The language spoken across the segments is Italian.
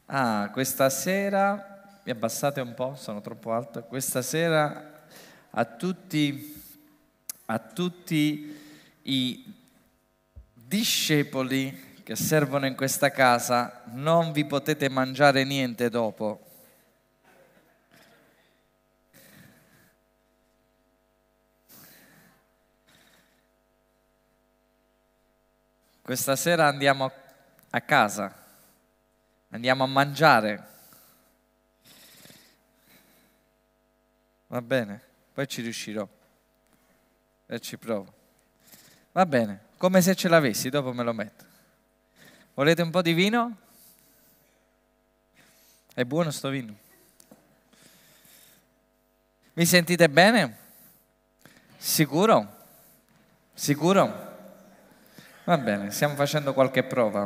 Questa sera, mi abbassate un po', sono troppo alto. Questa sera a tutti i discepoli che servono in questa casa, non vi potete mangiare niente dopo. Questa sera andiamo a casa, andiamo a mangiare. Va bene? Poi ci riuscirò. E ci provo. Va bene, come se ce l'avessi, dopo me lo metto. Volete un po' di vino? È buono sto vino. Mi sentite bene? Sicuro? Sicuro? Va bene, stiamo facendo qualche prova.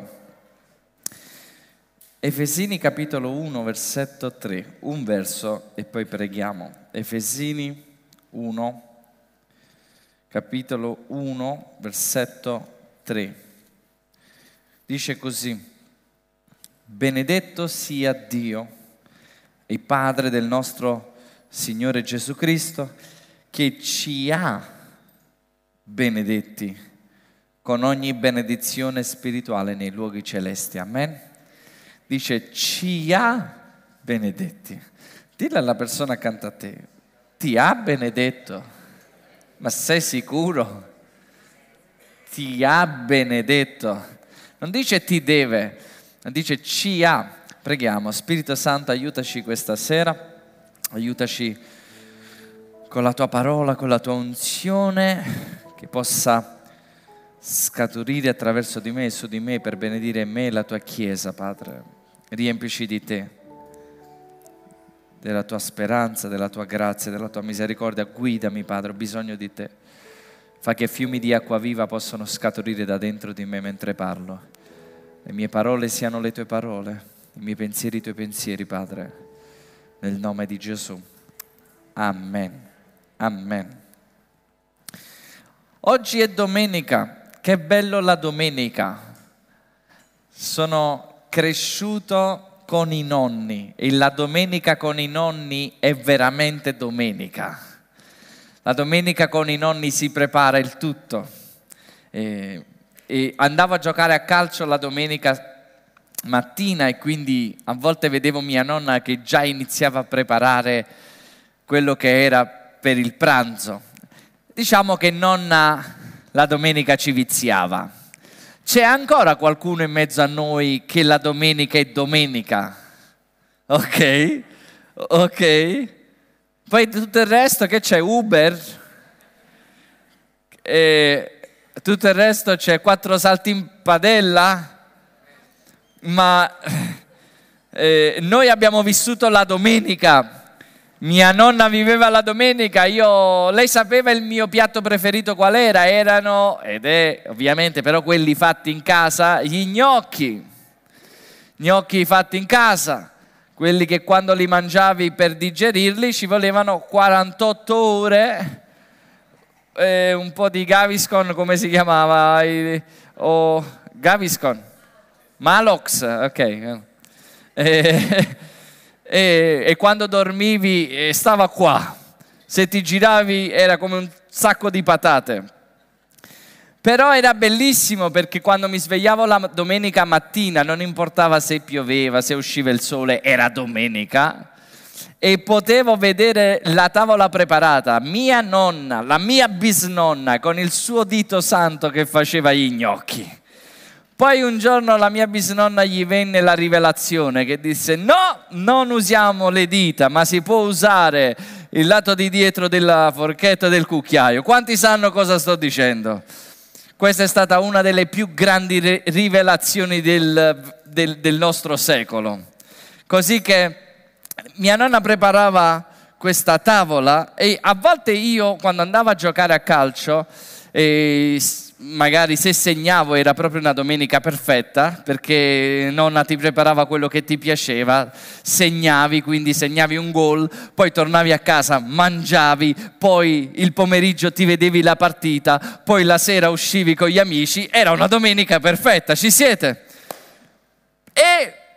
Efesini capitolo 1, versetto 3. Un verso e poi preghiamo. Efesini 1, capitolo 1, versetto 3. Dice così: benedetto sia Dio, il Padre del nostro Signore Gesù Cristo, che ci ha benedetti con ogni benedizione spirituale nei luoghi celesti. Amen. Dice ci ha benedetti. Dillo alla persona accanto a te: ti ha benedetto. Ma sei sicuro? Ti ha benedetto. Non dice ti deve, ma dice ci ha. Preghiamo. Spirito Santo, aiutaci questa sera, aiutaci con la tua parola, con la tua unzione, che possa scaturire attraverso di me e su di me per benedire me e la tua Chiesa, Padre. Riempici di te, della tua speranza, della tua grazia, della tua misericordia. Guidami, Padre, ho bisogno di te. Fa che fiumi di acqua viva possano scaturire da dentro di me mentre parlo. Le mie parole siano le tue parole, i miei pensieri i tuoi pensieri, Padre, nel nome di Gesù. Amen. Amen. Oggi è domenica. Che bello la domenica. Sono cresciuto con i nonni e la domenica con i nonni è veramente domenica. La domenica con i nonni si prepara il tutto. E andavo a giocare a calcio la domenica mattina e quindi a volte vedevo mia nonna che già iniziava a preparare quello che era per il pranzo. Diciamo che nonna la domenica ci viziava. C'è ancora qualcuno in mezzo a noi che la domenica è domenica? Ok. Poi tutto il resto che c'è? Uber? Tutto il resto c'è 4 salti in padella? Ma noi abbiamo vissuto la domenica. Mia nonna viveva la domenica, lei sapeva il mio piatto preferito qual era? Erano, ed è ovviamente però quelli fatti in casa, gli gnocchi fatti in casa, quelli che quando li mangiavi per digerirli ci volevano 48 ore, un po' di Gaviscon, come si chiamava? Gaviscon, Malox, ok. E quando dormivi stava qua, se ti giravi era come un sacco di patate. Però era bellissimo perché quando mi svegliavo la domenica mattina non importava se pioveva, se usciva il sole, era domenica e potevo vedere la tavola preparata, mia nonna, la mia bisnonna con il suo dito santo che faceva gli gnocchi. Poi un giorno la mia bisnonna gli venne la rivelazione che disse: no, non usiamo le dita, ma si può usare il lato di dietro della forchetta e del cucchiaio. Quanti sanno cosa sto dicendo? Questa è stata una delle più grandi rivelazioni del nostro secolo. Così che mia nonna preparava questa tavola e a volte io, quando andavo a giocare a calcio, magari se segnavo era proprio una domenica perfetta perché nonna ti preparava quello che ti piaceva, quindi segnavi un gol, poi tornavi a casa, mangiavi, poi il pomeriggio ti vedevi la partita, poi la sera uscivi con gli amici, era una domenica perfetta, ci siete? E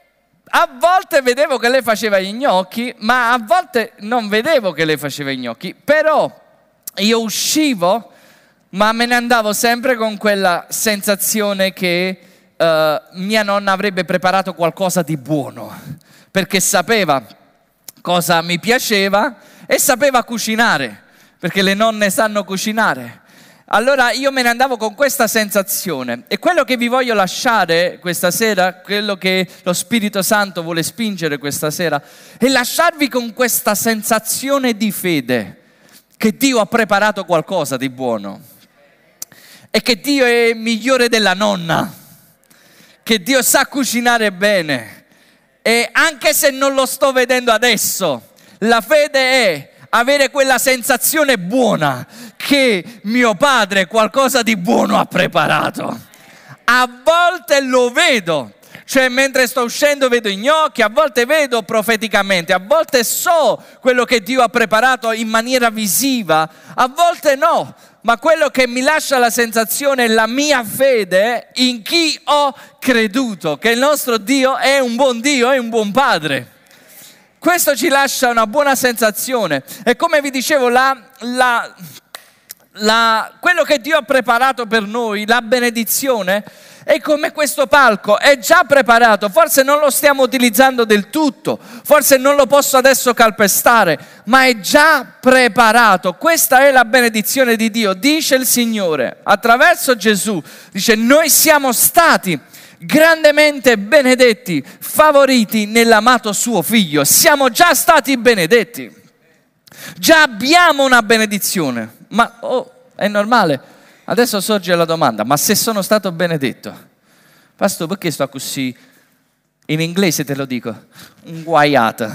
A volte vedevo che lei faceva gli gnocchi, ma a volte non vedevo che lei faceva i gnocchi. Però io uscivo, ma me ne andavo sempre con quella sensazione che mia nonna avrebbe preparato qualcosa di buono, perché sapeva cosa mi piaceva e sapeva cucinare, perché le nonne sanno cucinare. Allora io me ne andavo con questa sensazione, e quello che vi voglio lasciare questa sera, quello che lo Spirito Santo vuole spingere questa sera, è lasciarvi con questa sensazione di fede, che Dio ha preparato qualcosa di buono, e che Dio è migliore della nonna, che Dio sa cucinare bene, e anche se non lo sto vedendo adesso, la fede è avere quella sensazione buona che mio padre qualcosa di buono ha preparato. A volte lo vedo, cioè mentre sto uscendo vedo i gnocchi, a volte vedo profeticamente, a volte so quello che Dio ha preparato in maniera visiva, a volte no, ma quello che mi lascia la sensazione è la mia fede in chi ho creduto, che il nostro Dio è un buon Dio, è un buon Padre. Questo ci lascia una buona sensazione, e come vi dicevo, quello che Dio ha preparato per noi, la benedizione, è come questo palco, è già preparato, forse non lo stiamo utilizzando del tutto, forse non lo posso adesso calpestare, ma è già preparato. Questa è la benedizione di Dio, dice il Signore, attraverso Gesù, dice: noi siamo stati grandemente benedetti, favoriti nell'amato suo Figlio, siamo già stati benedetti, già abbiamo una benedizione. Ma è normale. Adesso sorge la domanda: ma se sono stato benedetto, Pastor, perché sto così? In inglese te lo dico, inguaiato.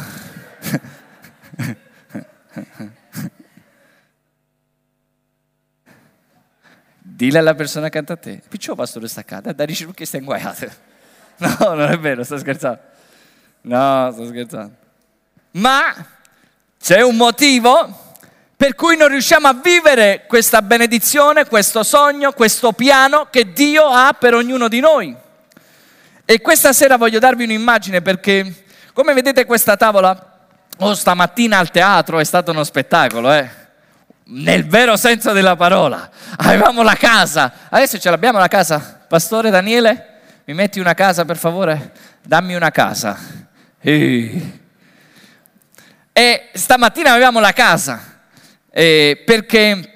Dile alla persona accanto a te: picciò pastore staccata, da dici perché stai inguaiato. No, non è vero, sto scherzando. No, sto scherzando. Ma c'è un motivo per cui non riusciamo a vivere questa benedizione, questo sogno, questo piano che Dio ha per ognuno di noi. E questa sera voglio darvi un'immagine, perché come vedete questa tavola, stamattina al teatro è stato uno spettacolo, nel vero senso della parola. Avevamo la casa, adesso ce l'abbiamo la casa. Pastore Daniele, mi metti una casa per favore? Dammi una casa. E stamattina avevamo la casa. Perché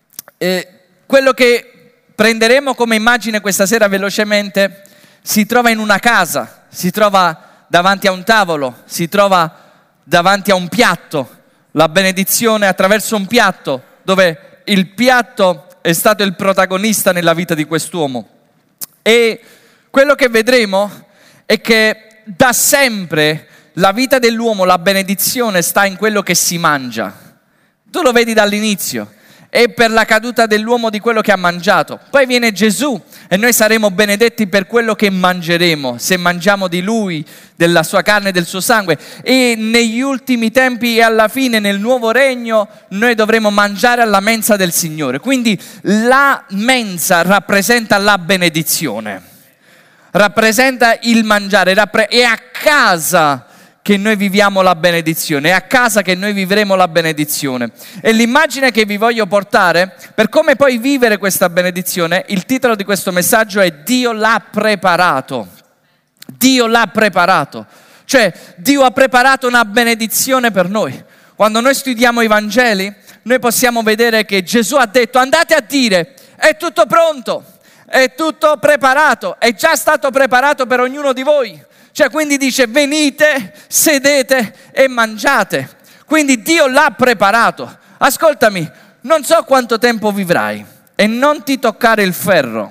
quello che prenderemo come immagine questa sera velocemente si trova in una casa, si trova davanti a un tavolo, si trova davanti a un piatto, la benedizione attraverso un piatto, dove il piatto è stato il protagonista nella vita di quest'uomo. E quello che vedremo è che da sempre la vita dell'uomo, la benedizione sta in quello che si mangia. Tu lo vedi dall'inizio, è per la caduta dell'uomo di quello che ha mangiato. Poi viene Gesù e noi saremo benedetti per quello che mangeremo, se mangiamo di Lui, della Sua carne e del Suo sangue. E negli ultimi tempi e alla fine, nel nuovo regno, noi dovremo mangiare alla mensa del Signore. Quindi la mensa rappresenta la benedizione, rappresenta il mangiare, è a casa che noi viviamo la benedizione, è a casa che noi vivremo la benedizione. E l'immagine che vi voglio portare, per come poi vivere questa benedizione, il titolo di questo messaggio è: Dio l'ha preparato. Dio l'ha preparato. Cioè, Dio ha preparato una benedizione per noi. Quando noi studiamo i Vangeli, noi possiamo vedere che Gesù ha detto: andate a dire, è tutto pronto, è tutto preparato, è già stato preparato per ognuno di voi. Cioè, quindi dice: venite, sedete e mangiate. Quindi Dio l'ha preparato. Ascoltami, non so quanto tempo vivrai e non ti toccare il ferro.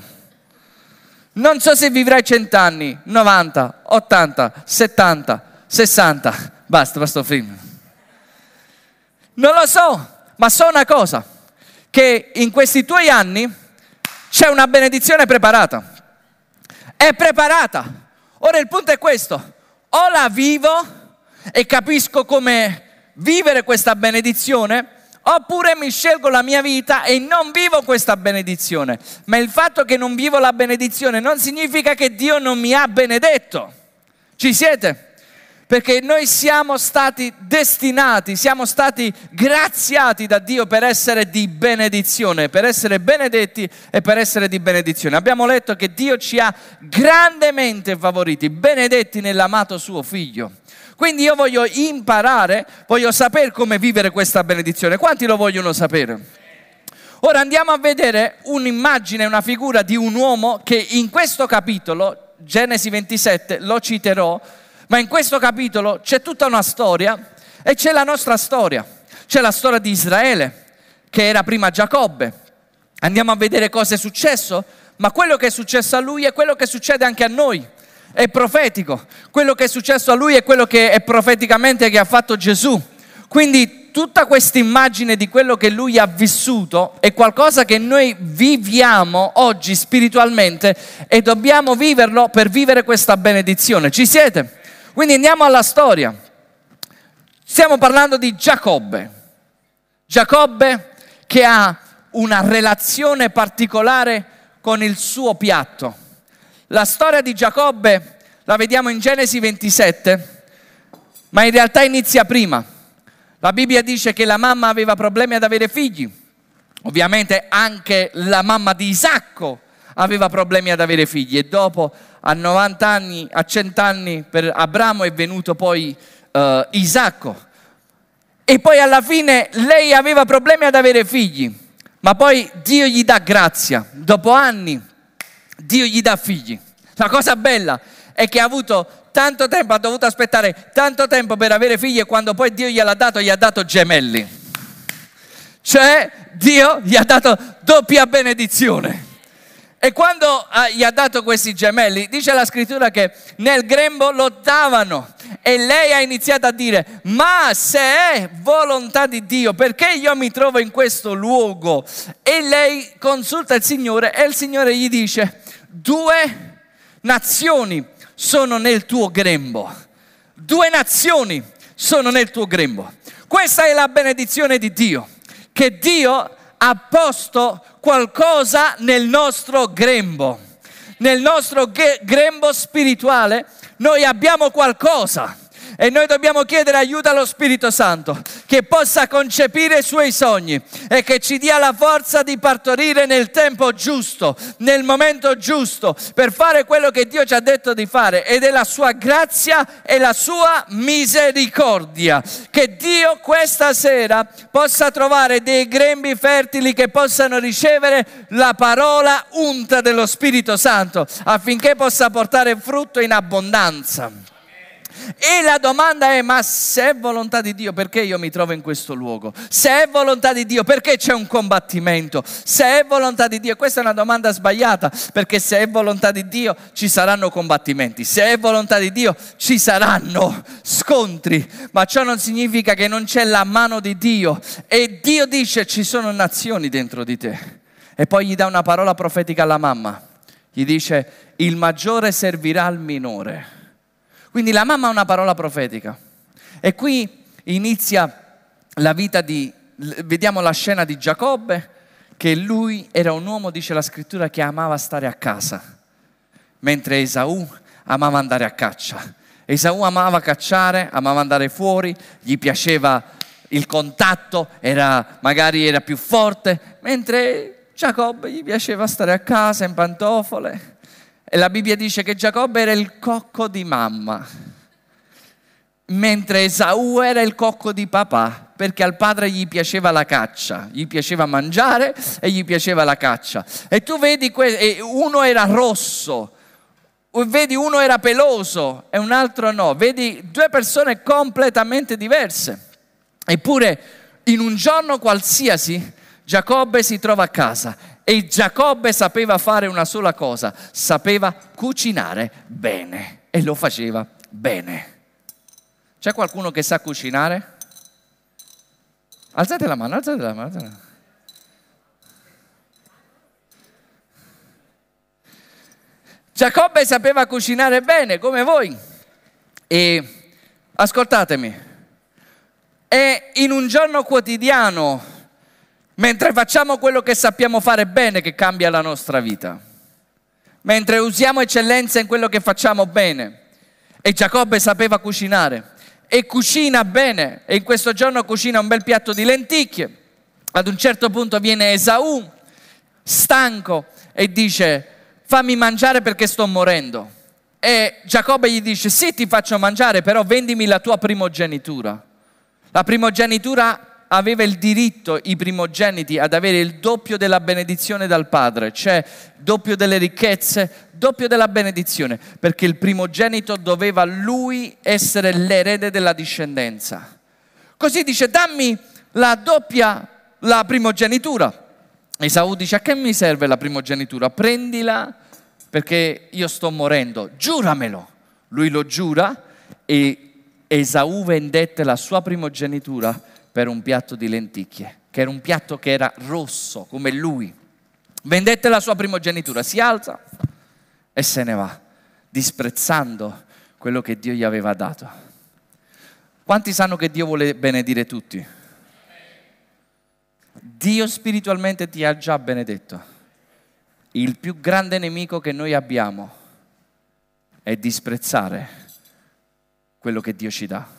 Non so se vivrai 100 anni, 90, 80, 70, 60. Basta, basta film. Non lo so, ma so una cosa, che in questi tuoi anni c'è una benedizione preparata. È preparata. Ora il punto è questo: o la vivo e capisco come vivere questa benedizione, oppure mi scelgo la mia vita e non vivo questa benedizione. Ma il fatto che non vivo la benedizione non significa che Dio non mi ha benedetto. Ci siete? Perché noi siamo stati destinati, siamo stati graziati da Dio per essere di benedizione, per essere benedetti e per essere di benedizione. Abbiamo letto che Dio ci ha grandemente favoriti, benedetti nell'amato suo Figlio. Quindi io voglio imparare, voglio sapere come vivere questa benedizione. Quanti lo vogliono sapere? Ora andiamo a vedere un'immagine, una figura di un uomo che in questo capitolo, Genesi 27, lo citerò, ma in questo capitolo c'è tutta una storia e c'è la nostra storia. C'è la storia di Israele, che era prima Giacobbe. Andiamo a vedere cosa è successo, ma quello che è successo a lui è quello che succede anche a noi. È profetico. Quello che è successo a lui è quello che è profeticamente che ha fatto Gesù. Quindi tutta questa immagine di quello che lui ha vissuto è qualcosa che noi viviamo oggi spiritualmente e dobbiamo viverlo per vivere questa benedizione. Ci siete? Quindi andiamo alla storia. Stiamo parlando di Giacobbe. Giacobbe che ha una relazione particolare con il suo piatto. La storia di Giacobbe la vediamo in Genesi 27, ma in realtà inizia prima. La Bibbia dice che la mamma aveva problemi ad avere figli. Ovviamente anche la mamma di Isacco aveva problemi ad avere figli e dopo a 90 anni, a 100 anni per Abramo è venuto poi Isacco. E poi alla fine lei aveva problemi ad avere figli, ma poi Dio gli dà grazia. Dopo anni Dio gli dà figli. La cosa bella è che ha avuto tanto tempo, ha dovuto aspettare tanto tempo per avere figli e quando poi Dio gli ha dato gemelli. Cioè Dio gli ha dato doppia benedizione. E quando gli ha dato questi gemelli, dice la scrittura che nel grembo lottavano e lei ha iniziato a dire: ma se è volontà di Dio, perché io mi trovo in questo luogo? E lei consulta il Signore e il Signore gli dice: 2 nazioni sono nel tuo grembo. 2 nazioni sono nel tuo grembo. Questa è la benedizione di Dio, che Dio ha posto qualcosa nel nostro grembo. Nel nostro grembo spirituale noi abbiamo qualcosa e noi dobbiamo chiedere aiuto allo Spirito Santo che possa concepire i suoi sogni e che ci dia la forza di partorire nel tempo giusto, nel momento giusto, per fare quello che Dio ci ha detto di fare, ed è la sua grazia e la sua misericordia. Che Dio questa sera possa trovare dei grembi fertili che possano ricevere la parola unta dello Spirito Santo affinché possa portare frutto in abbondanza. E la domanda è: ma se è volontà di Dio, perché io mi trovo in questo luogo? Se è volontà di Dio, perché c'è un combattimento? Se è volontà di Dio, questa è una domanda sbagliata, perché se è volontà di Dio ci saranno combattimenti, se è volontà di Dio ci saranno scontri, ma ciò non significa che non c'è la mano di Dio. E Dio dice: ci sono nazioni dentro di te. E poi gli dà una parola profetica alla mamma, gli dice: il maggiore servirà al minore. Quindi la mamma ha una parola profetica. E qui inizia la vita vediamo la scena di Giacobbe, che lui era un uomo, dice la scrittura, che amava stare a casa, mentre Esaù amava andare a caccia. Esaù amava cacciare, amava andare fuori, gli piaceva il contatto, magari era più forte, mentre Giacobbe gli piaceva stare a casa in pantofole. E la Bibbia dice che Giacobbe era il cocco di mamma, mentre Esaù era il cocco di papà, perché al padre gli piaceva la caccia, gli piaceva mangiare e gli piaceva la caccia. E tu vedi, uno era rosso, vedi uno era peloso e un altro no, vedi 2 persone completamente diverse. Eppure in un giorno qualsiasi Giacobbe si trova a casa. E Giacobbe sapeva fare una sola cosa: sapeva cucinare bene e lo faceva bene. C'è qualcuno che sa cucinare? Alzate la mano, alzate la mano. Alzate la mano. Giacobbe sapeva cucinare bene come voi. E ascoltatemi, è in un giorno quotidiano, mentre facciamo quello che sappiamo fare bene, che cambia la nostra vita. Mentre usiamo eccellenza in quello che facciamo bene. E Giacobbe sapeva cucinare e cucina bene, e in questo giorno cucina un bel piatto di lenticchie. Ad un certo punto viene Esaù, stanco, e dice: fammi mangiare perché sto morendo. E Giacobbe gli dice: sì, ti faccio mangiare, però vendimi la tua primogenitura. La primogenitura aveva il diritto, i primogeniti, ad avere il doppio della benedizione dal padre, cioè doppio delle ricchezze, doppio della benedizione, perché il primogenito doveva lui essere l'erede della discendenza. Così dice: dammi la primogenitura. Esaù dice: a che mi serve la primogenitura? Prendila perché io sto morendo, giuramelo. Lui lo giura e Esaù vendette la sua primogenitura per un piatto di lenticchie, che era un piatto che era rosso come lui. Vendette la sua primogenitura, si alza e se ne va, disprezzando quello che Dio gli aveva dato. Quanti sanno che Dio vuole benedire tutti? Dio spiritualmente ti ha già benedetto. Il più grande nemico che noi abbiamo è disprezzare quello che Dio ci dà.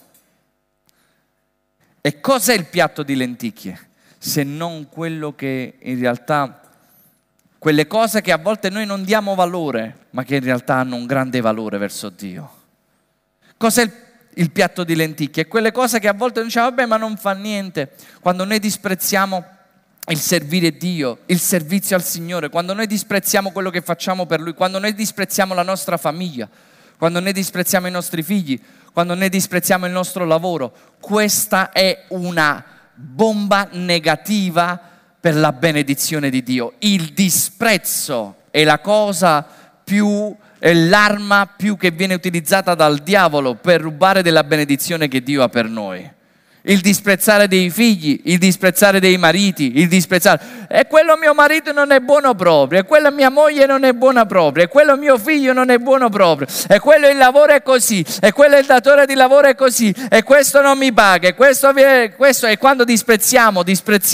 E cos'è il piatto di lenticchie? Se non quello che in realtà, quelle cose che a volte noi non diamo valore, ma che in realtà hanno un grande valore verso Dio. Cos'è il piatto di lenticchie? Quelle cose che a volte noi diciamo: vabbè, ma non fa niente. Quando noi disprezziamo il servire Dio, il servizio al Signore, quando noi disprezziamo quello che facciamo per Lui, quando noi disprezziamo la nostra famiglia, quando noi disprezziamo i nostri figli, quando noi disprezziamo il nostro lavoro, questa è una bomba negativa per la benedizione di Dio. Il disprezzo è la cosa più, è l'arma più che viene utilizzata dal diavolo per rubare della benedizione che Dio ha per noi. Il disprezzare dei figli, il disprezzare dei mariti, il disprezzare: e quello mio marito non è buono proprio, e quella mia moglie non è buona proprio, e quello mio figlio non è buono proprio, e quello il lavoro è così, e quello il datore di lavoro è così, e questo non mi paga, e questo. E quando disprezziamo,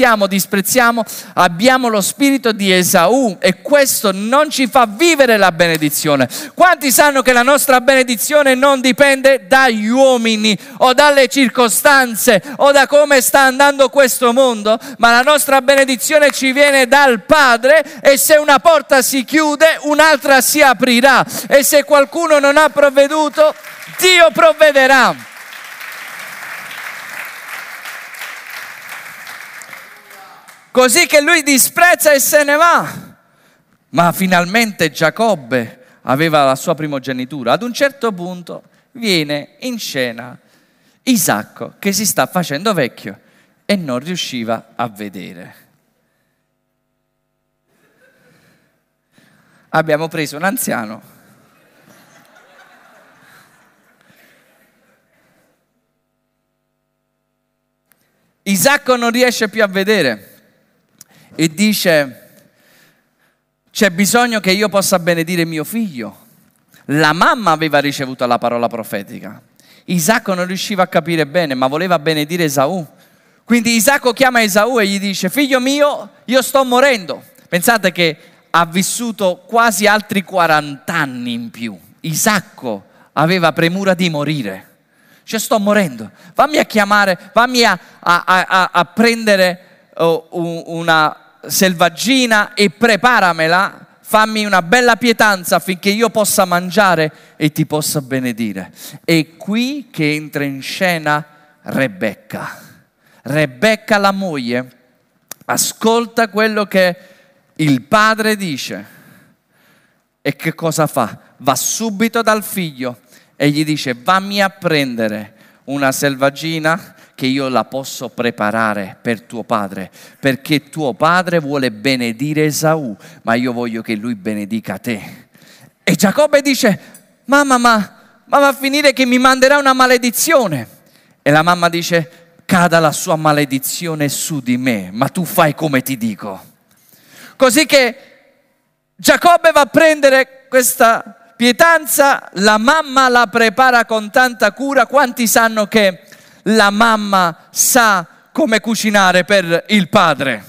abbiamo lo spirito di Esaù, e questo non ci fa vivere la benedizione. Quanti sanno che la nostra benedizione non dipende dagli uomini o dalle circostanze o da come sta andando questo mondo, ma la nostra benedizione ci viene dal Padre, e se una porta si chiude, un'altra si aprirà, e se qualcuno non ha provveduto, Dio provvederà. Così che lui disprezza e se ne va. Ma finalmente Giacobbe aveva la sua primogenitura. Ad un certo punto viene in scena Isacco, che si sta facendo vecchio e non riusciva a vedere. Abbiamo preso un anziano Isacco non riesce più a vedere e dice: c'è bisogno che io possa benedire mio figlio. La mamma aveva ricevuto la parola profetica. Isacco non riusciva a capire bene, ma voleva benedire Esaù. Quindi Isacco chiama Esaù e gli dice: figlio mio, io sto morendo. Pensate che ha vissuto quasi altri 40 anni in più. Isacco aveva premura di morire. Cioè, sto morendo. Fammi a chiamare, fammi a prendere una selvaggina e preparamela. Fammi una bella pietanza affinché io possa mangiare e ti possa benedire. È qui che entra in scena Rebecca. Rebecca, la moglie, ascolta quello che il padre dice e che cosa fa? Va subito dal figlio e gli dice: vammi a prendere una selvaggina che io la posso preparare per tuo padre, perché tuo padre vuole benedire Esaù, ma io voglio che lui benedica te. E Giacobbe dice: mamma, ma va a finire che mi manderà una maledizione. E la mamma dice: cada la sua maledizione su di me, ma tu fai come ti dico. Così che Giacobbe va a prendere questa pietanza, la mamma la prepara con tanta cura. Quanti sanno che la mamma sa come cucinare per il padre?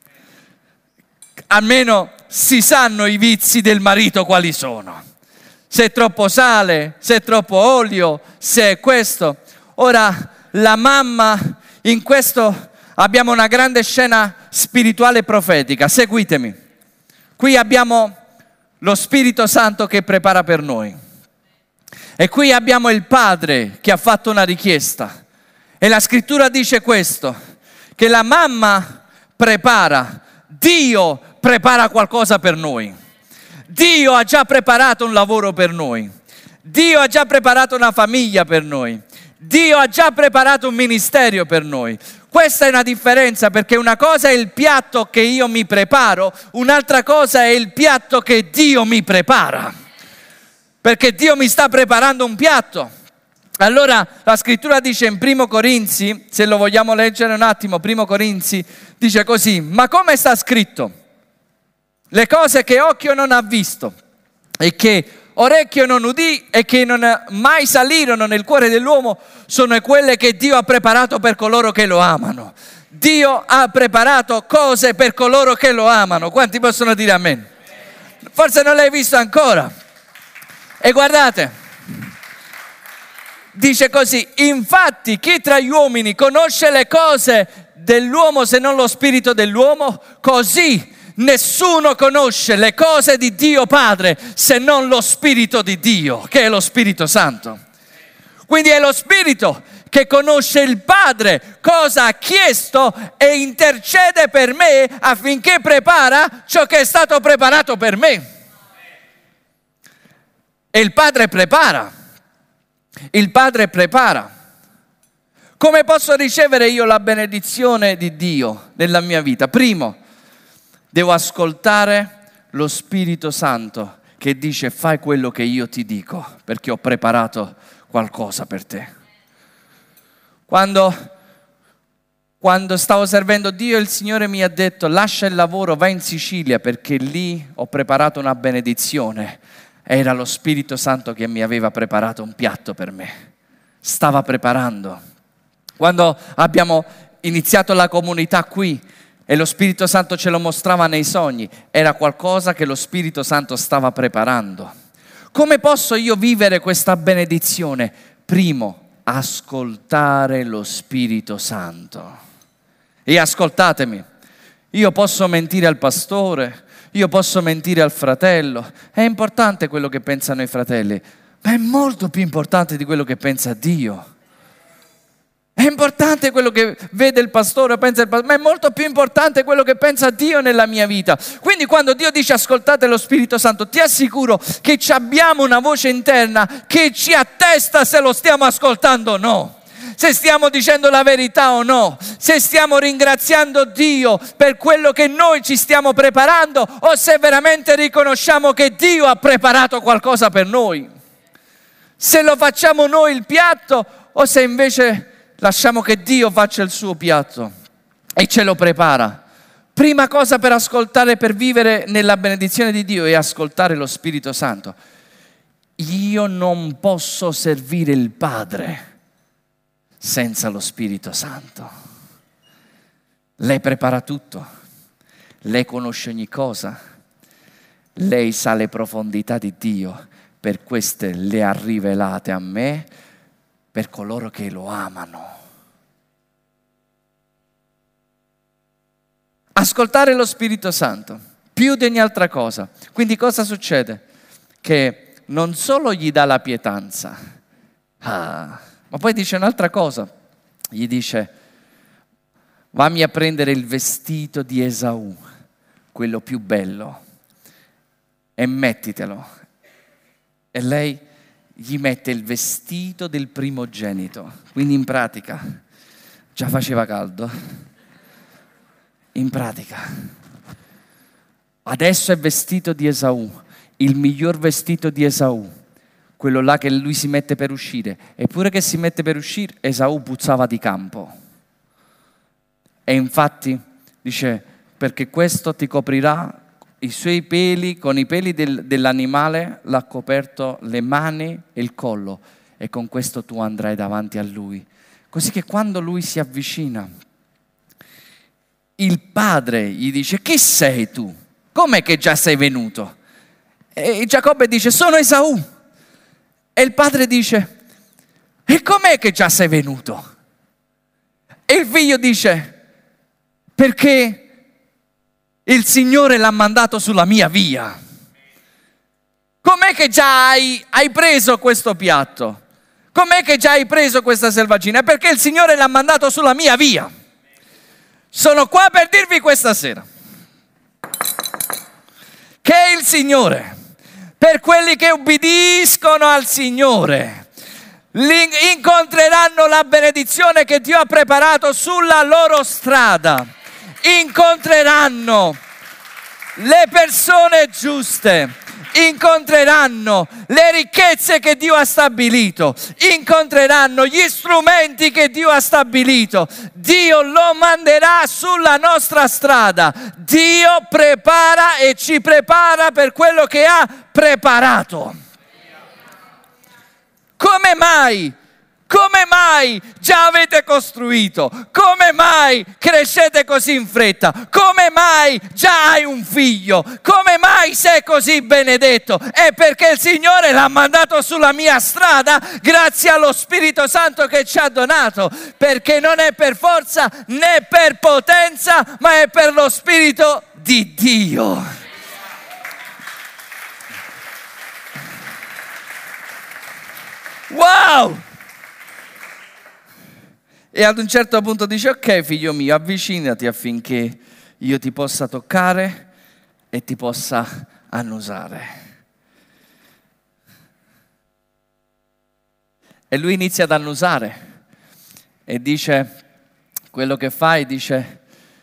Almeno si sanno i vizi del marito quali sono. se è troppo sale, se è troppo olio, se è questo. Ora, la mamma, in questo abbiamo una grande scena spirituale e profetica. Seguitemi. Qui abbiamo lo Spirito Santo che prepara per noi. E qui abbiamo il Padre che ha fatto una richiesta. E la Scrittura dice questo, che la mamma prepara, Dio prepara qualcosa per noi. Dio ha già preparato un lavoro per noi. Dio ha già preparato una famiglia per noi. Dio ha già preparato un ministero per noi. Questa è una differenza, perché una cosa è il piatto che io mi preparo, un'altra cosa è il piatto che Dio mi prepara. Perché Dio mi sta preparando un piatto. Allora la Scrittura dice in 1 Corinzi, se lo vogliamo leggere un attimo, 1 Corinzi dice così: ma come sta scritto? Le cose che occhio non ha visto e che orecchio non udì e che non mai salirono nel cuore dell'uomo sono quelle che Dio ha preparato per coloro che lo amano. Dio ha preparato cose per coloro che lo amano. Quanti possono dire amen? Forse non l'hai visto ancora. E guardate, dice così: infatti chi tra gli uomini conosce le cose dell'uomo se non lo spirito dell'uomo? Così nessuno conosce le cose di Dio Padre se non lo Spirito di Dio, che è lo Spirito Santo. Quindi è lo Spirito che conosce il Padre, cosa ha chiesto, e intercede per me affinché prepara ciò che è stato preparato per me. E il Padre prepara. Il Padre prepara. Come posso ricevere io la benedizione di Dio nella mia vita? Primo, devo ascoltare lo Spirito Santo che dice: fai quello che io ti dico, perché ho preparato qualcosa per te. Quando stavo servendo Dio, il Signore mi ha detto: lascia il lavoro, vai in Sicilia, perché lì ho preparato una benedizione. Era lo Spirito Santo che mi aveva preparato un piatto per me. Stava preparando. Quando abbiamo iniziato la comunità qui e lo Spirito Santo ce lo mostrava nei sogni, era qualcosa che lo Spirito Santo stava preparando. Come posso io vivere questa benedizione? Primo, ascoltare lo Spirito Santo. E ascoltatemi, io posso mentire al pastore, io posso mentire al fratello, è importante quello che pensano i fratelli, ma è molto più importante di quello che pensa Dio. È importante quello che vede il pastore, pensa il pastore, ma è molto più importante quello che pensa Dio nella mia vita. Quindi quando Dio dice ascoltate lo Spirito Santo, ti assicuro che abbiamo una voce interna che ci attesta se lo stiamo ascoltando o no. Se stiamo dicendo la verità o no, se stiamo ringraziando Dio per quello che noi ci stiamo preparando o se veramente riconosciamo che Dio ha preparato qualcosa per noi. Se lo facciamo noi il piatto o se invece lasciamo che Dio faccia il suo piatto e ce lo prepara. Prima cosa per ascoltare, per vivere nella benedizione di Dio, è ascoltare lo Spirito Santo. Io non posso servire il Padre senza lo Spirito Santo. Lei prepara tutto, lei conosce ogni cosa, lei sa le profondità di Dio, per queste le ha rivelate a me, per coloro che lo amano. Ascoltare lo Spirito Santo, più di ogni altra cosa. Quindi cosa succede? Che non solo gli dà la pietanza, ma poi dice un'altra cosa, gli dice: vammi a prendere il vestito di Esaù, quello più bello, e mettitelo. E lei gli mette il vestito del primogenito, quindi in pratica, già faceva caldo, in pratica, adesso è vestito di Esaù, il miglior vestito di Esaù, quello là che lui si mette per uscire. Eppure che si mette per uscire, Esaù puzzava di campo. E infatti dice: perché questo ti coprirà i suoi peli, con i peli dell'animale l'ha coperto le mani e il collo, e con questo tu andrai davanti a lui. Così che quando lui si avvicina, il padre gli dice: chi sei tu? Com'è che già sei venuto? E Giacobbe dice: sono Esaù. E il padre dice, e com'è che già sei venuto? E il figlio dice, perché il Signore l'ha mandato sulla mia via. Com'è che già hai preso questo piatto? Com'è che già hai preso questa selvaggina? È perché il Signore l'ha mandato sulla mia via. Sono qua per dirvi questa sera che il Signore, per quelli che ubbidiscono al Signore, incontreranno la benedizione che Dio ha preparato sulla loro strada. Incontreranno le persone giuste, incontreranno le ricchezze che Dio ha stabilito, incontreranno gli strumenti che Dio ha stabilito. Dio lo manderà sulla nostra strada. Dio prepara e ci prepara per quello che ha preparato. Come mai? Come mai già avete costruito? Come mai crescete così in fretta? Come mai già hai un figlio? Come mai sei così benedetto? È perché il Signore l'ha mandato sulla mia strada grazie allo Spirito Santo che ci ha donato, perché non è per forza né per potenza, ma è per lo Spirito di Dio. Wow! E ad un certo punto dice, ok figlio mio, avvicinati affinché io ti possa toccare e ti possa annusare. E lui inizia ad annusare e dice, quello che fai, dice,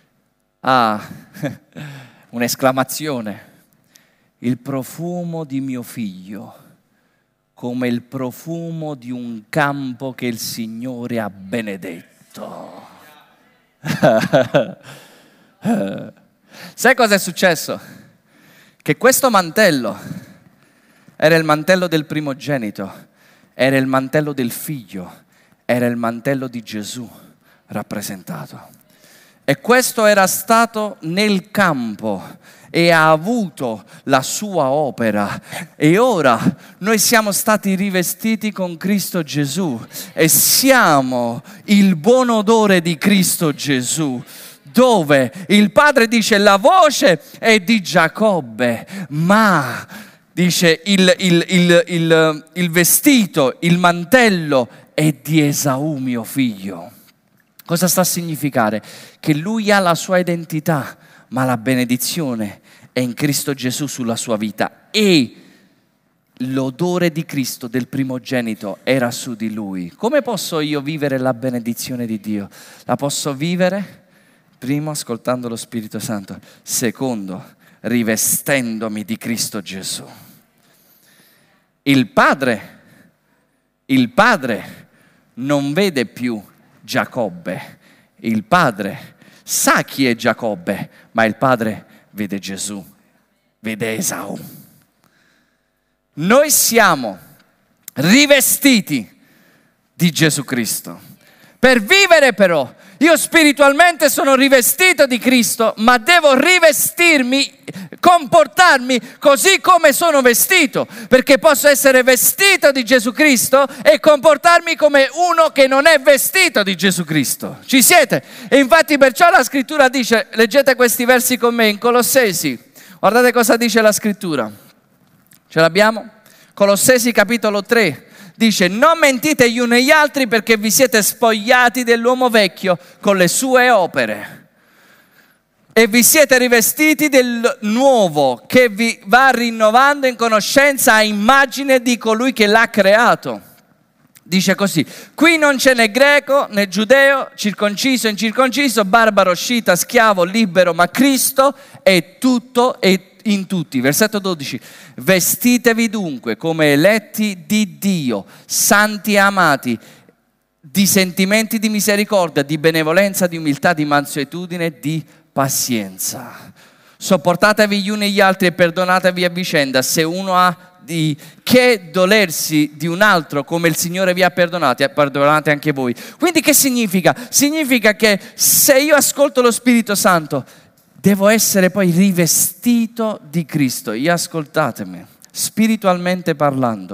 un'esclamazione, il profumo di mio figlio, come il profumo di un campo che il Signore ha benedetto. Sai cosa è successo? Che questo mantello era il mantello del primogenito, era il mantello del figlio, era il mantello di Gesù rappresentato. E questo era stato nel campo e ha avuto la sua opera, e ora noi siamo stati rivestiti con Cristo Gesù e siamo il buon odore di Cristo Gesù, dove il Padre dice la voce è di Giacobbe, ma dice il vestito, il mantello è di Esaù mio figlio. Cosa sta a significare? Che lui ha la sua identità, ma la benedizione è in Cristo Gesù sulla sua vita, e l'odore di Cristo del primogenito era su di lui. Come posso io vivere la benedizione di Dio? La posso vivere, primo, ascoltando lo Spirito Santo, secondo, rivestendomi di Cristo Gesù. Il Padre non vede più Giacobbe, il Padre sa chi è Giacobbe, ma il Padre vede Gesù, vede Esaù. Noi siamo rivestiti di Gesù Cristo. Per vivere però, io spiritualmente sono rivestito di Cristo, ma devo rivestirmi, comportarmi così come sono vestito, perché posso essere vestito di Gesù Cristo e comportarmi come uno che non è vestito di Gesù Cristo. Ci siete? E infatti perciò la scrittura dice, leggete questi versi con me in Colossesi, guardate cosa dice la scrittura. Ce l'abbiamo? Colossesi capitolo 3. Dice, non mentite gli uni agli altri perché vi siete spogliati dell'uomo vecchio con le sue opere e vi siete rivestiti del nuovo che vi va rinnovando in conoscenza a immagine di colui che l'ha creato. Dice così, qui non c'è né greco né giudeo, circonciso, incirconciso, barbaro, scita, schiavo, libero, ma Cristo è tutto e in tutti. Versetto 12, vestitevi dunque come eletti di Dio, santi e amati, di sentimenti di misericordia, di benevolenza, di umiltà, di mansuetudine, di pazienza. Sopportatevi gli uni gli altri e perdonatevi a vicenda se uno ha di che dolersi di un altro come il Signore vi ha perdonati, perdonate anche voi. Quindi che significa? Significa che se io ascolto lo Spirito Santo devo essere poi rivestito di Cristo. Io ascoltatemi, spiritualmente parlando,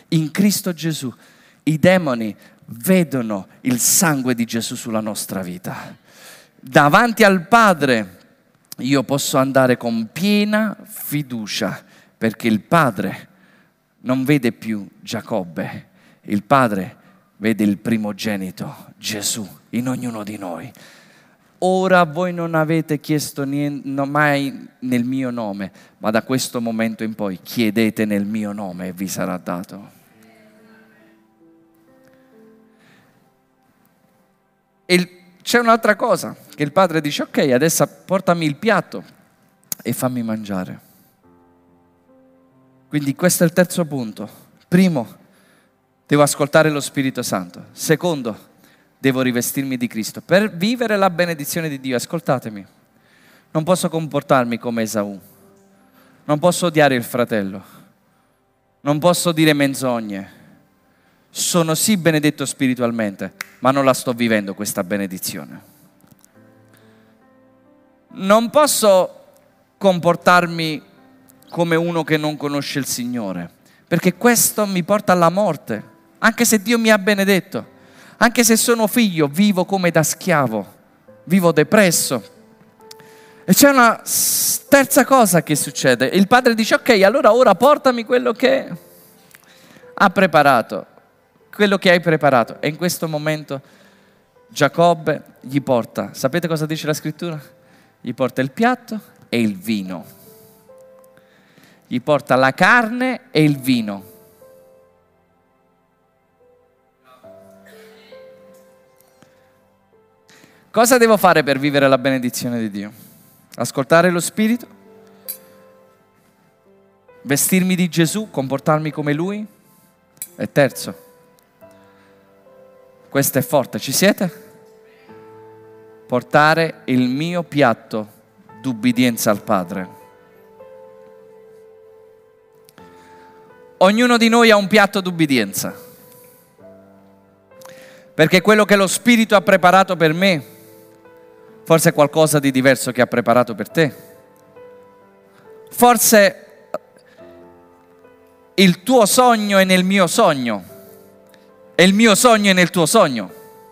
In Cristo Gesù i demoni vedono il sangue di Gesù sulla nostra vita. Davanti al Padre io posso andare con piena fiducia, perché il Padre non vede più Giacobbe, il Padre vede il primogenito, Gesù, in ognuno di noi. Ora voi non avete chiesto niente, mai nel mio nome, ma da questo momento in poi chiedete nel mio nome e vi sarà dato. C'è un'altra cosa, che il padre dice: ok, adesso portami il piatto e fammi mangiare. Quindi questo è il terzo punto. Primo, devo ascoltare lo Spirito Santo. Secondo, devo rivestirmi di Cristo. Per vivere la benedizione di Dio, ascoltatemi, non posso comportarmi come Esaù, non posso odiare il fratello, non posso dire menzogne. Sono sì benedetto spiritualmente, ma non la sto vivendo questa benedizione. Non posso comportarmi come uno che non conosce il Signore, perché questo mi porta alla morte, anche se Dio mi ha benedetto. Anche se sono figlio, vivo come da schiavo, vivo depresso. E c'è una terza cosa che succede. Il padre dice: ok, allora ora portami quello che ha preparato, quello che hai preparato. E in questo momento Giacobbe gli porta, sapete cosa dice la scrittura? Gli porta il piatto e il vino. Gli porta la carne e il vino. Cosa devo fare per vivere la benedizione di Dio? Ascoltare lo Spirito? Vestirmi di Gesù? Comportarmi come Lui? E terzo, questo è forte, ci siete? Portare il mio piatto d'ubbidienza al Padre. Ognuno di noi ha un piatto d'ubbidienza, perché quello che lo Spirito ha preparato per me forse è qualcosa di diverso che ha preparato per te. Forse il tuo sogno è nel mio sogno e il mio sogno è nel tuo sogno.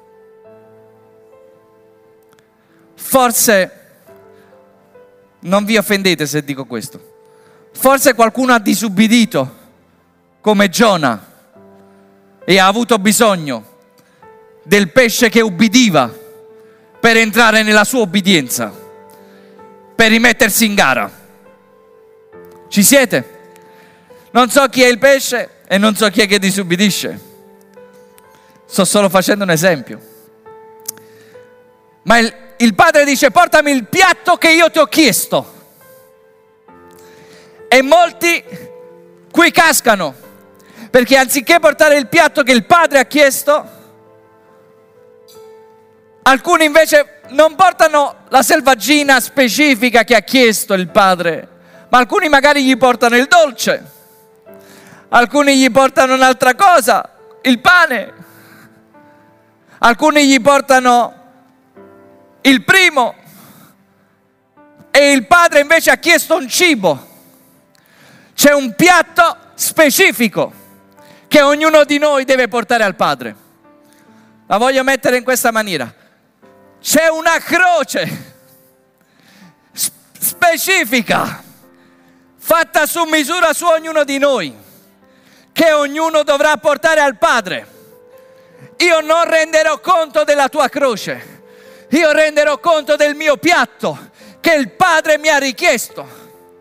Forse, non vi offendete se dico questo, forse qualcuno ha disubbidito come Giona e ha avuto bisogno del pesce che ubbidiva per entrare nella sua obbedienza, per rimettersi in gara. Ci siete? Non so chi è il pesce e non so chi è che disubbidisce. Sto solo facendo un esempio. Ma il padre dice: portami il piatto che io ti ho chiesto. E molti qui cascano, perché anziché portare il piatto che il padre ha chiesto, alcuni invece non portano la selvaggina specifica che ha chiesto il padre, ma alcuni magari gli portano il dolce, alcuni gli portano un'altra cosa, il pane, alcuni gli portano il primo, e il padre invece ha chiesto un cibo. C'è un piatto specifico che ognuno di noi deve portare al Padre. La voglio mettere in questa maniera: c'è una croce specifica, fatta su misura su ognuno di noi, che ognuno dovrà portare al Padre. Io non renderò conto della tua croce, io renderò conto del mio piatto che il Padre mi ha richiesto.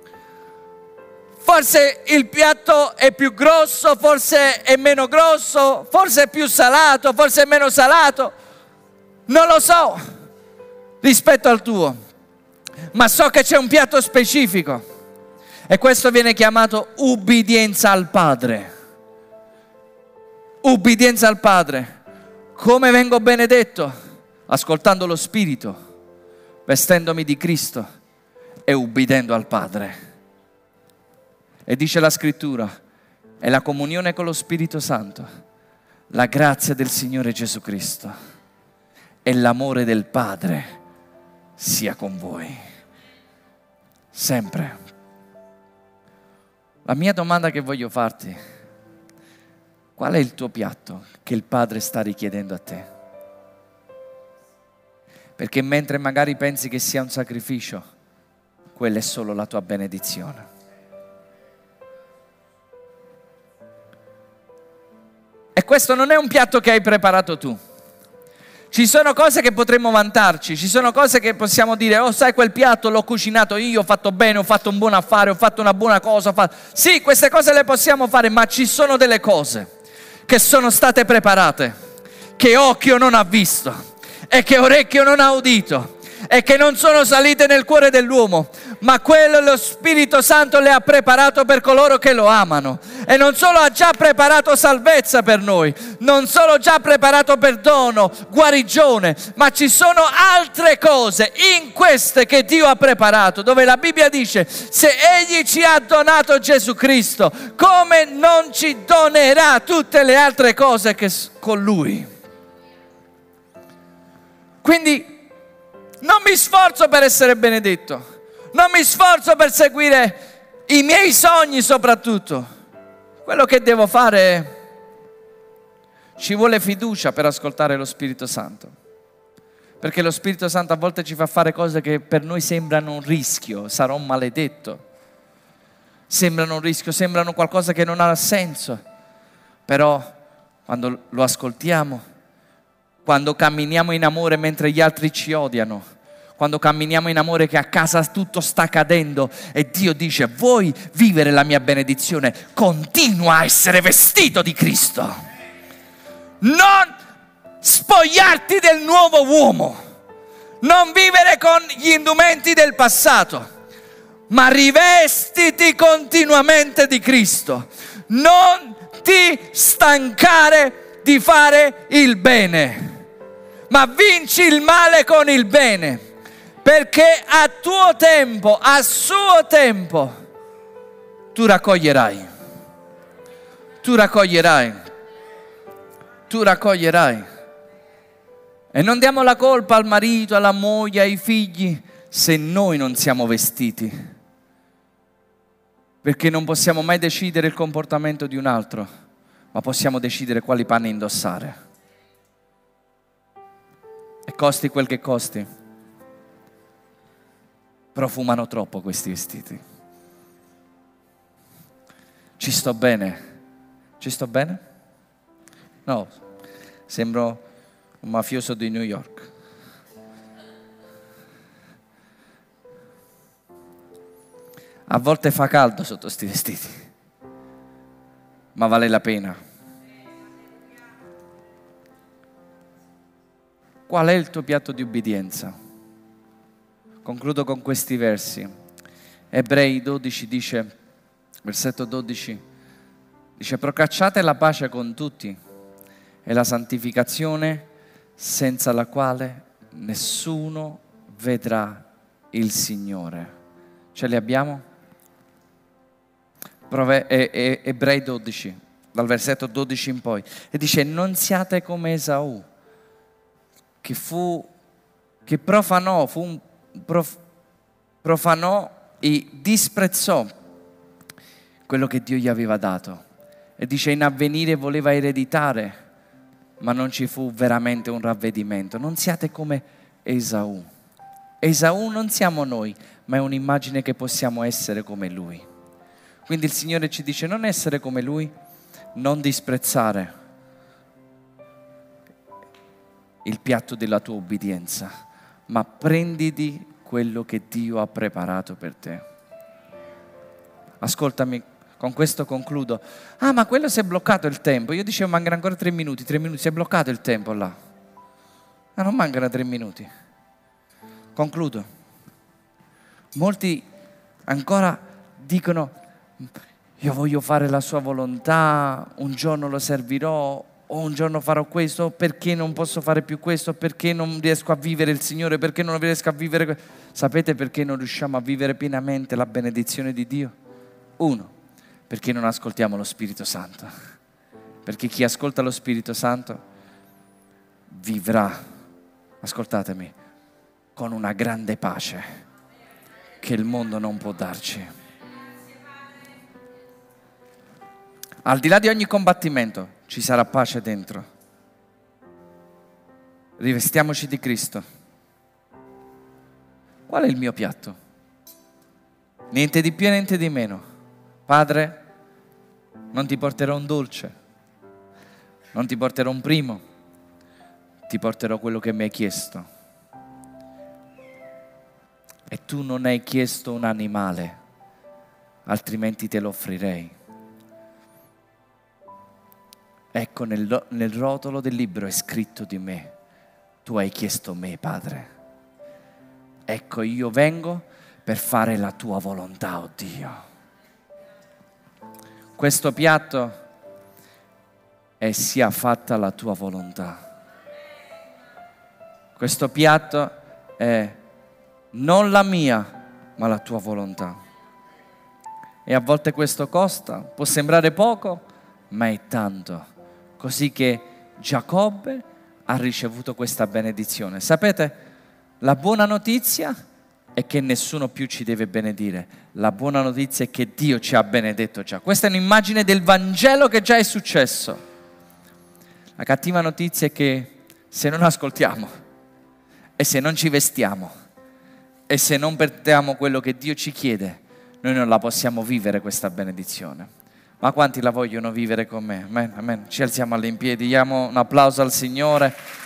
Forse il piatto è più grosso, forse è meno grosso, forse è più salato, forse è meno salato. Non lo so rispetto al tuo, ma so che c'è un piatto specifico e questo viene chiamato ubbidienza al Padre. Ubbidienza al Padre. Come vengo benedetto? Ascoltando lo Spirito, vestendomi di Cristo e ubbidendo al Padre. E dice la Scrittura: è la comunione con lo Spirito Santo, la grazia del Signore Gesù Cristo e l'amore del Padre sia con voi sempre. La mia domanda che voglio farti Qual è il tuo piatto che il Padre sta richiedendo a te? Perché mentre magari pensi che sia un sacrificio, quella è solo la tua benedizione. E questo non è un piatto che hai preparato tu. Ci sono cose che potremmo vantarci, ci sono cose che possiamo dire: oh, sai, quel piatto l'ho cucinato io, ho fatto bene, ho fatto un buon affare, ho fatto una buona cosa. Sì, queste cose le possiamo fare, ma ci sono delle cose che sono state preparate, che occhio non ha visto e che orecchio non ha udito e che non sono salite nel cuore dell'uomo, ma quello lo Spirito Santo le ha preparato per coloro che lo amano. E non solo ha già preparato salvezza per noi, non solo già preparato perdono, guarigione, ma ci sono altre cose in queste che Dio ha preparato, dove la Bibbia dice: se Egli ci ha donato Gesù Cristo, come non ci donerà tutte le altre cose che con Lui? Quindi non mi sforzo per essere benedetto, non mi sforzo per seguire i miei sogni soprattutto. Quello che devo fare è: ci vuole fiducia per ascoltare lo Spirito Santo, perché lo Spirito Santo a volte ci fa fare cose che per noi sembrano un rischio. Sarò un maledetto, sembrano un rischio, sembrano qualcosa che non ha senso, però quando lo ascoltiamo, quando camminiamo in amore mentre gli altri ci odiano, quando camminiamo in amore che a casa tutto sta cadendo e Dio dice: vuoi vivere la mia benedizione? Continua a essere vestito di Cristo. Non spogliarti del nuovo uomo, non vivere con gli indumenti del passato, ma rivestiti continuamente di Cristo. Non ti stancare di fare il bene, ma vinci il male con il bene. Perché a tuo tempo, a suo tempo, tu raccoglierai. Tu raccoglierai. Tu raccoglierai. E non diamo la colpa al marito, alla moglie, ai figli, se noi non siamo vestiti. Perché non possiamo mai decidere il comportamento di un altro, ma possiamo decidere quali panni indossare. E costi quel che costi. Profumano troppo questi vestiti. Ci sto bene? Ci sto bene? No, sembro un mafioso di New York. A volte fa caldo sotto sti vestiti, ma vale la pena. Qual è il tuo piatto di ubbidienza? Concludo con questi versi. Ebrei 12 dice, versetto 12, dice: procacciate la pace con tutti e la santificazione, senza la quale nessuno vedrà il Signore. Ce li abbiamo? Ebrei 12, dal versetto 12 in poi. E dice: non siate come Esaù, che profanò e disprezzò quello che Dio gli aveva dato. E dice: in avvenire voleva ereditare, ma non ci fu veramente un ravvedimento. Non siate come Esaù. Esaù non siamo noi, ma è un'immagine che possiamo essere come lui. Quindi il Signore ci dice: non essere come lui, non disprezzare il piatto della tua ubbidienza, ma prenditi quello che Dio ha preparato per te. Ascoltami, con questo concludo. Ah, ma quello si è bloccato il tempo. Io dicevo mancano ancora 3 minuti, si è bloccato il tempo là. Ma non mancano 3 minuti. Concludo. Molti ancora dicono: io voglio fare la sua volontà, un giorno lo servirò, o un giorno farò questo, perché non posso fare più questo, perché non riesco a vivere il Signore, perché non riesco a vivere. Sapete perché non riusciamo a vivere pienamente la benedizione di Dio? 1, perché non ascoltiamo lo Spirito Santo. Perché chi ascolta lo Spirito Santo vivrà, ascoltatemi, con una grande pace che il mondo non può darci. Al di là di ogni combattimento ci sarà pace dentro. Rivestiamoci di Cristo. Qual è il mio piatto? Niente di più e niente di meno. Padre, non ti porterò un dolce, non ti porterò un primo, ti porterò quello che mi hai chiesto. E tu non hai chiesto un animale, altrimenti te lo offrirei. Ecco, nel rotolo del libro è scritto di me. Tu hai chiesto me, Padre. Ecco, io vengo per fare la tua volontà, oh Dio. Questo piatto è sia fatta la tua volontà. Questo piatto è non la mia, ma la tua volontà. E a volte questo costa, può sembrare poco, ma è tanto. Così che Giacobbe ha ricevuto questa benedizione. Sapete, la buona notizia è che nessuno più ci deve benedire. La buona notizia è che Dio ci ha benedetto già. Questa è un'immagine del Vangelo che già è successo. La cattiva notizia è che se non ascoltiamo e se non ci vestiamo e se non perdiamo quello che Dio ci chiede, noi non la possiamo vivere questa benedizione. Ma quanti la vogliono vivere con me? Amen, amen. Ci alziamo alle in piedi, diamo un applauso al Signore.